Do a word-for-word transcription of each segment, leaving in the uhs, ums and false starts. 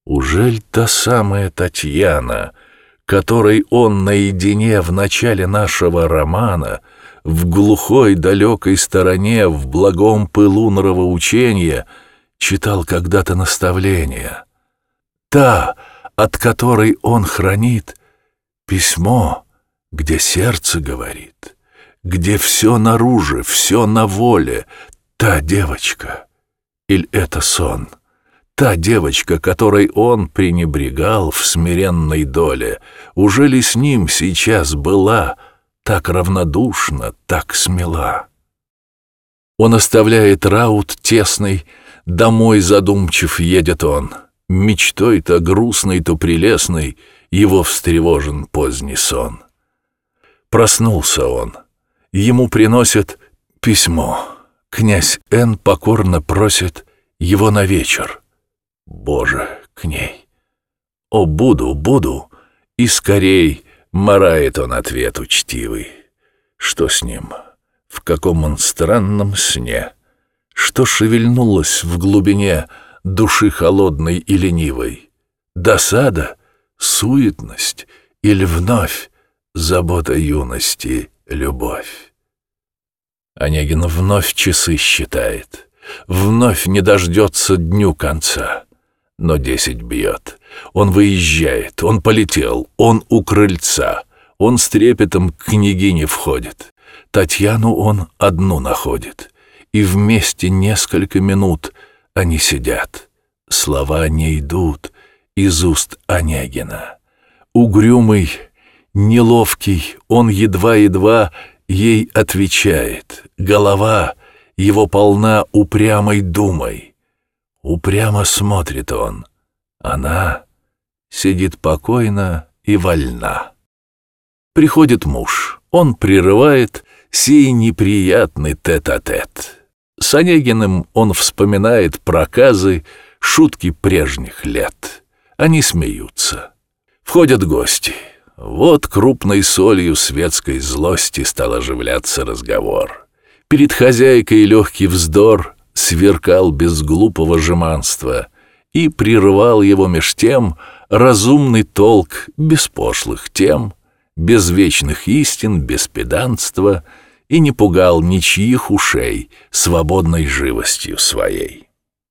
Ужель та самая Татьяна, которой он наедине в начале нашего романа, в глухой далекой стороне, в благом пылу нравоучения, читал когда-то наставления? Та, от которой он хранит письмо, где сердце говорит, где все наружу, все на воле, та девочка? Иль это сон? Та девочка, которой он пренебрегал в смиренной доле, уже ли с ним сейчас была так равнодушна, так смела? Он оставляет раут тесный, домой задумчив едет он. Мечтой то грустной, то прелестной его встревожен поздний сон. Проснулся он. Ему приносят письмо. Князь Н. покорно просит его на вечер. Боже, к ней. О, буду, буду. И скорей марает он ответ учтивый. Что с ним? В каком он странном сне? Что шевельнулось в глубине души холодной и ленивой? Досада, суетность или вновь забота юности, любовь? Онегин вновь часы считает, вновь не дождется дню конца. Но десять бьет. Он выезжает, он полетел, он у крыльца. Он с трепетом к княгине входит. Татьяну он одну находит. И вместе несколько минут они сидят. Слова не идут из уст Онегина. Угрюмый, неловкий, он едва-едва ей отвечает. Голова его полна упрямой думой. Упрямо смотрит он. Она сидит покойно и вольна. Приходит муж. Он прерывает сей неприятный тет-а-тет. С Онегиным он вспоминает проказы, шутки прежних лет. Они смеются. Входят гости. Вот крупной солью светской злости стал оживляться разговор. Перед хозяйкой легкий вздор сверкал без глупого жеманства, и прервал его меж тем разумный толк без пошлых тем, без вечных истин, без педанства, и не пугал ничьих ушей свободной живостью своей.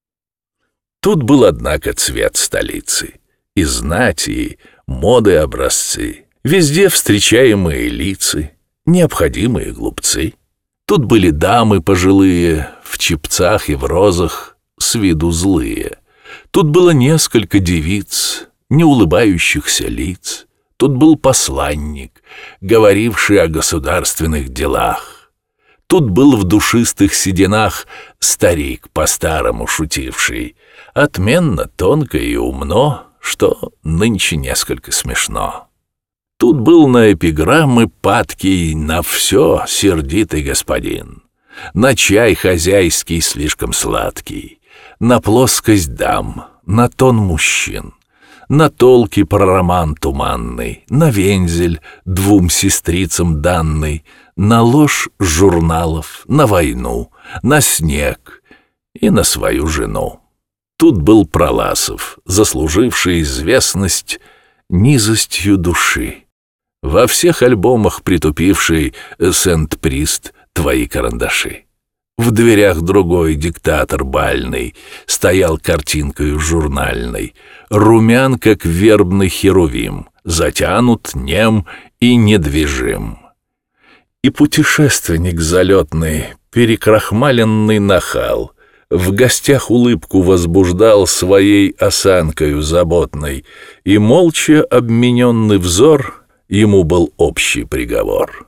Тут был, однако, цвет столицы, и знати, и моды образцы, везде встречаемые лица, необходимые глупцы. Тут были дамы пожилые, в чепцах и в розах, с виду злые. Тут было несколько девиц, не улыбающихся лиц. Тут был посланник, говоривший о государственных делах. Тут был в душистых сединах старик, по-старому шутивший, отменно, тонко и умно, что нынче несколько смешно. Тут был на эпиграммы падкий, на все сердитый господин, на чай хозяйский слишком сладкий, на плоскость дам, на тон мужчин, на толки про роман туманный, на вензель двум сестрицам данный, на ложь журналов, на войну, на снег и на свою жену. Тут был Проласов, заслуживший известность низостью души, во всех альбомах притупивший Сент-Прист твои карандаши. В дверях другой диктатор бальный стоял картинкою журнальной, румян, как вербный херувим, затянут, нем и недвижим. И путешественник залетный, перекрахмаленный нахал, в гостях улыбку возбуждал своей осанкою заботной, и молча обмененный взор ему был общий приговор.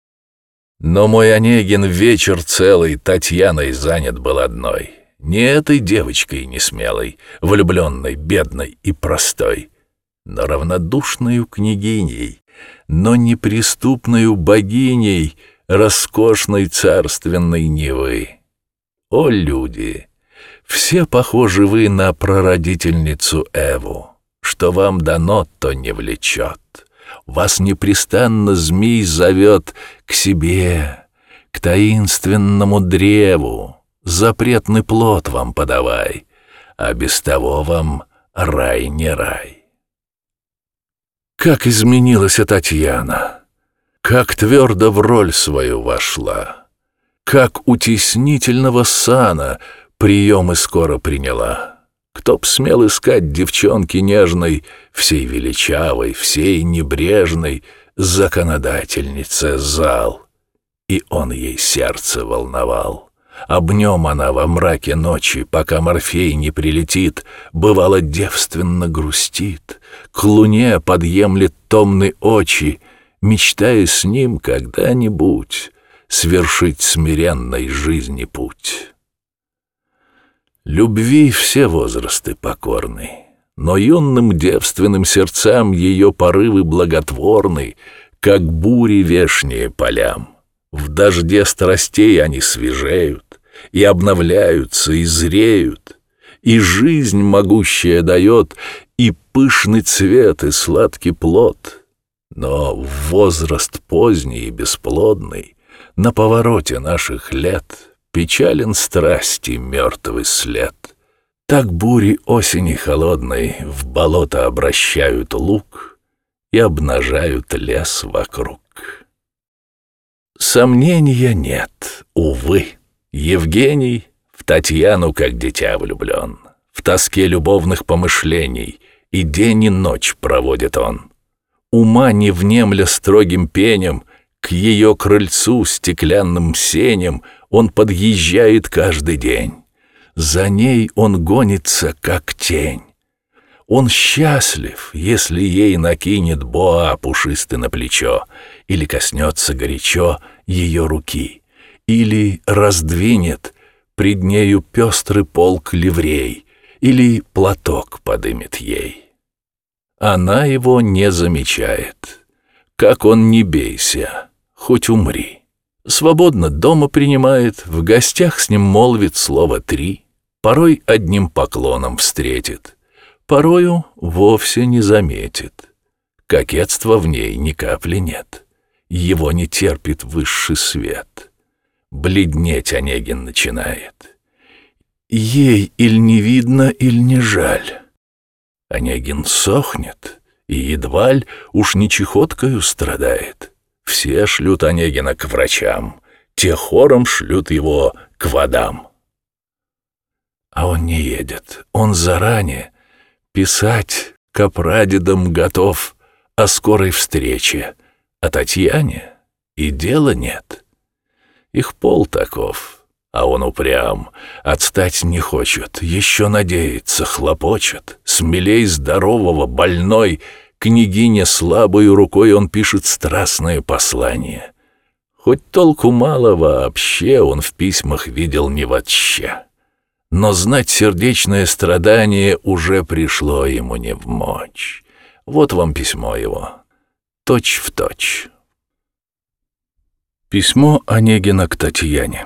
Но мой Онегин вечер целый Татьяной занят был одной, не этой девочкой несмелой, влюбленной, бедной и простой, но равнодушною княгиней, но неприступною богиней роскошной царственной Невы. О, люди! Все похожи вы на прародительницу Эву. Что вам дано, то не влечет. Вас непрестанно змей зовет к себе, к таинственному древу. Запретный плод вам подавай, а без того вам рай не рай. Как изменилась Татьяна, как твердо в роль свою вошла, как утеснительного сана приемы скоро приняла. Кто б смел искать девчонки нежной, всей величавой, всей небрежной, законодательнице зал, и он ей сердце волновал. Об нем она во мраке ночи, пока Морфей не прилетит, бывало девственно грустит, к луне подъемлет томны очи, мечтая с ним когда-нибудь свершить смиренной жизни путь. Любви все возрасты покорны, но юным девственным сердцам ее порывы благотворны, как бури вешние полям. В дожде страстей они свежеют, и обновляются, и зреют, и жизнь могущая дает, и пышный цвет, и сладкий плод. Но в возраст поздний и бесплодный, на повороте наших лет, печален страсти мертвый след. Так бури осени холодной в болото обращают лук и обнажают лес вокруг. Сомнения нет, увы. Евгений в Татьяну как дитя влюблен, в тоске любовных помышлений, и день и ночь проводит он. Ума не внемля строгим пенем, к ее крыльцу стеклянным сеням он подъезжает каждый день. За ней он гонится, как тень. Он счастлив, если ей накинет боа пушистый на плечо, или коснется горячо ее руки, или раздвинет пред нею пестрый полк ливрей, или платок подымет ей. Она его не замечает. Как он не бейся, хоть умри. Свободно дома принимает, в гостях с ним молвит слово три, порой одним поклоном встретит, порою вовсе не заметит. Кокетства в ней ни капли нет, его не терпит высший свет. Бледнеть Онегин начинает. Ей иль не видно, иль не жаль. Онегин сохнет, и едва ль уж не чехоткою страдает. Все шлют Онегина к врачам, те хором шлют его к водам. А он не едет, он заранее писать к прадедам готов о скорой встрече, а Татьяне и дела нет. Их пол таков, а он упрям, отстать не хочет, еще надеется, хлопочет, смелей здорового, больной, княгине слабою рукой он пишет страстное послание. Хоть толку мало вообще он в письмах видел не вообще, но знать сердечное страдание уже пришло ему не вмочь. Вот вам письмо его, точь в точь. Письмо Онегина к Татьяне.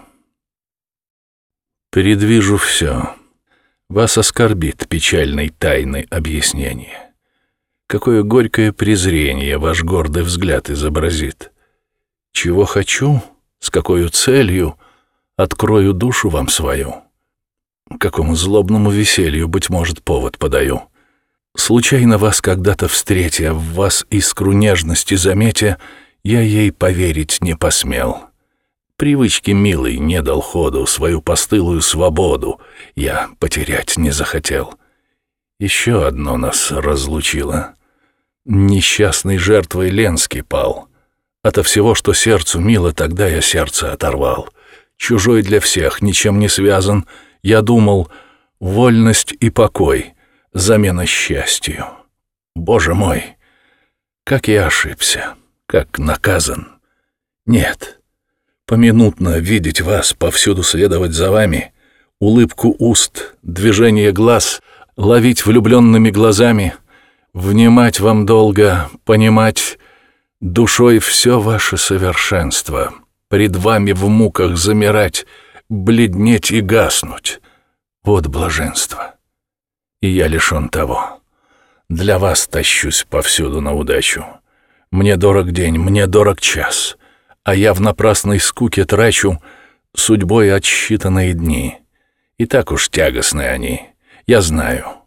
«Предвижу все. Вас оскорбит печальной тайны объяснение. Какое горькое презрение ваш гордый взгляд изобразит. Чего хочу, с какой целью, открою душу вам свою. Какому злобному веселью, быть может, повод подаю. Случайно вас когда-то встретя, в вас искру нежности заметя, я ей поверить не посмел. Привычки милой не дал ходу, свою постылую свободу я потерять не захотел. Еще одно нас разлучило. Несчастной жертвой Ленский пал. Ото всего, что сердцу мило, тогда я сердце оторвал. Чужой для всех, ничем не связан, я думал, вольность и покой, замена счастью. Боже мой, как я ошибся, как наказан. Нет, поминутно видеть вас, повсюду следовать за вами, улыбку уст, движение глаз, ловить влюбленными глазами, внимать вам долго, понимать душой все ваше совершенство, пред вами в муках замирать, бледнеть и гаснуть. Вот блаженство. И я лишён того. Для вас тащусь повсюду на удачу. Мне дорог день, мне дорог час, а я в напрасной скуке трачу судьбой отсчитанные дни. И так уж тягостны они, я знаю.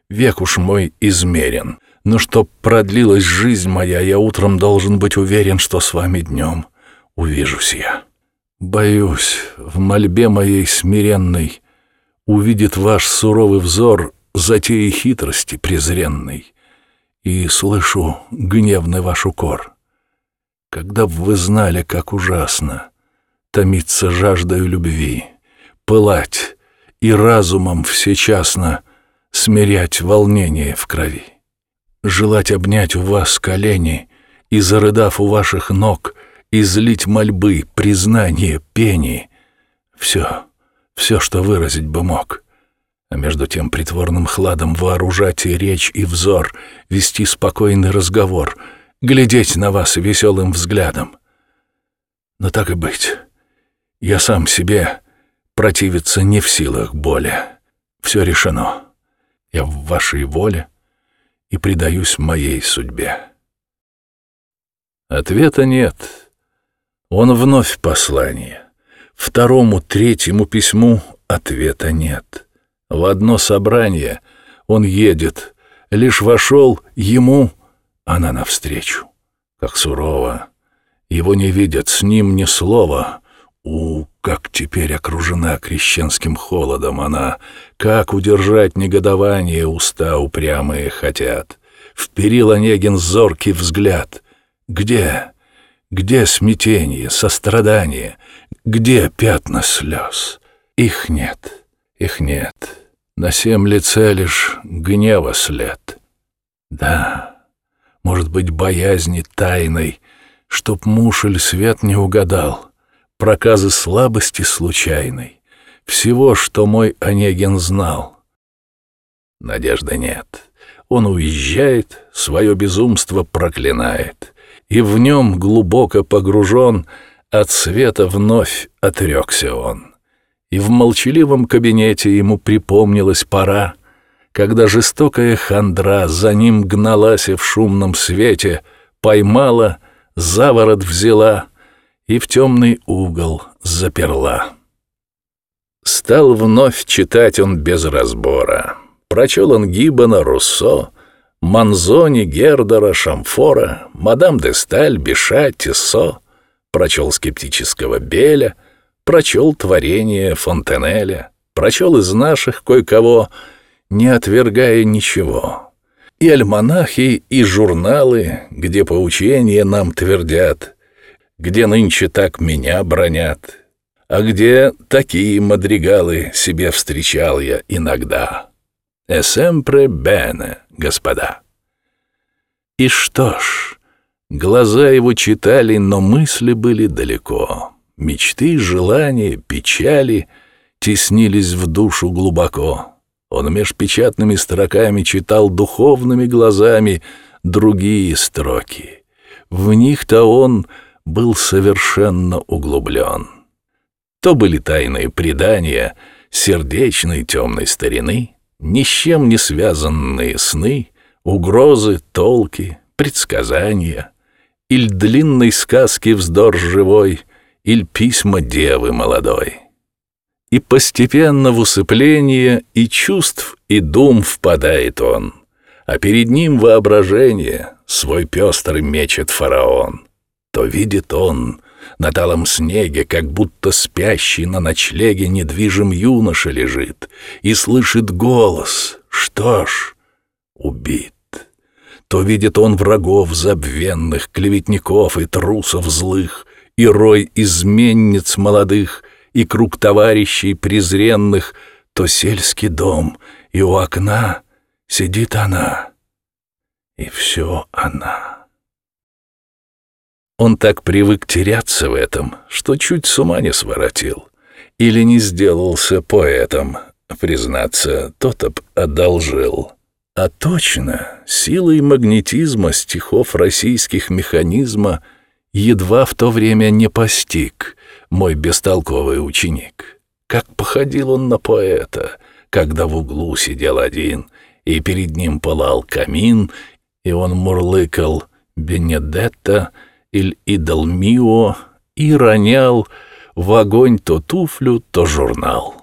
Век уж мой измерен, но чтоб продлилась жизнь моя, я утром должен быть уверен, что с вами днем увижусь я. Боюсь, в мольбе моей смиренной увидит ваш суровый взор затеи хитрости презренной, и слышу гневный ваш укор. Когда б вы знали, как ужасно томиться жаждою любви, пылать и разумом всечасно смирять волнение в крови, желать обнять у вас колени и, зарыдав у ваших ног, излить мольбы, признание, пени, все, все, что выразить бы мог, а между тем притворным хладом вооружать и речь, и взор, вести спокойный разговор, глядеть на вас веселым взглядом. Но так и быть, я сам себе противиться не в силах более. Все решено. Я в вашей воле и предаюсь моей судьбе. Ответа нет. Он вновь послание. Второму, третьему письму ответа нет. В одно собрание он едет. Лишь вошел, ему она навстречу. Как сурово. Его не видят, с ним ни слова. У, как теперь окружена крещенским холодом она, как удержать негодование уста упрямые хотят. Вперил Онегин зоркий взгляд. Где, где смятение, сострадание, где пятна слез? Их нет, их нет. На сем лице лишь гнева след. Да, может быть, боязни тайной, чтоб муж или свет не угадал, проказы слабости случайной, всего, что мой Онегин знал. Надежды нет. Он уезжает, свое безумство проклинает, и в нем глубоко погружен, от света вновь отрекся он. И в молчаливом кабинете ему припомнилась пора, когда жестокая хандра за ним гналась и в шумном свете поймала, заворот взяла и в темный угол заперла. Стал вновь читать он без разбора. Прочел он Гиббона, Руссо, Манзони, Гердера, Шамфора, мадам де Сталь, Биша, Тиссо, прочел скептического Беля, прочел творение Фонтенеля, прочел из наших кое-кого, не отвергая ничего. И альманахи, и журналы, где поучения нам твердят, где нынче так меня бронят, а где такие мадригалы себе встречал я иногда. «Е семпре бене», господа. И что ж, глаза его читали, но мысли были далеко. Мечты, желания, печали теснились в душу глубоко. Он меж печатными строками читал духовными глазами другие строки. В них-то он был совершенно углублен. То были тайные предания сердечной темной старины, ни с чем не связанные сны, угрозы, толки, предсказания, иль длинной сказки вздор живой, иль письма девы молодой. И постепенно в усыпление и чувств, и дум впадает он, а перед ним воображение свой пестрый мечет фараон. То видит он на талом снеге, как будто спящий на ночлеге недвижим юноша лежит, и слышит голос: что ж, убит. То видит он врагов забвенных, клеветников и трусов злых, и рой изменниц молодых, и круг товарищей презренных, то сельский дом, и у окна сидит она, и все она. Он так привык теряться в этом, что чуть с ума не своротил. Или не сделался поэтом, признаться, тот об одолжил. А точно, силой магнетизма стихов российских механизма едва в то время не постиг мой бестолковый ученик. Как походил он на поэта, когда в углу сидел один, и перед ним пылал камин, и он мурлыкал «Бенедетто» или «Идол мио» и ронял в огонь то туфлю, то журнал.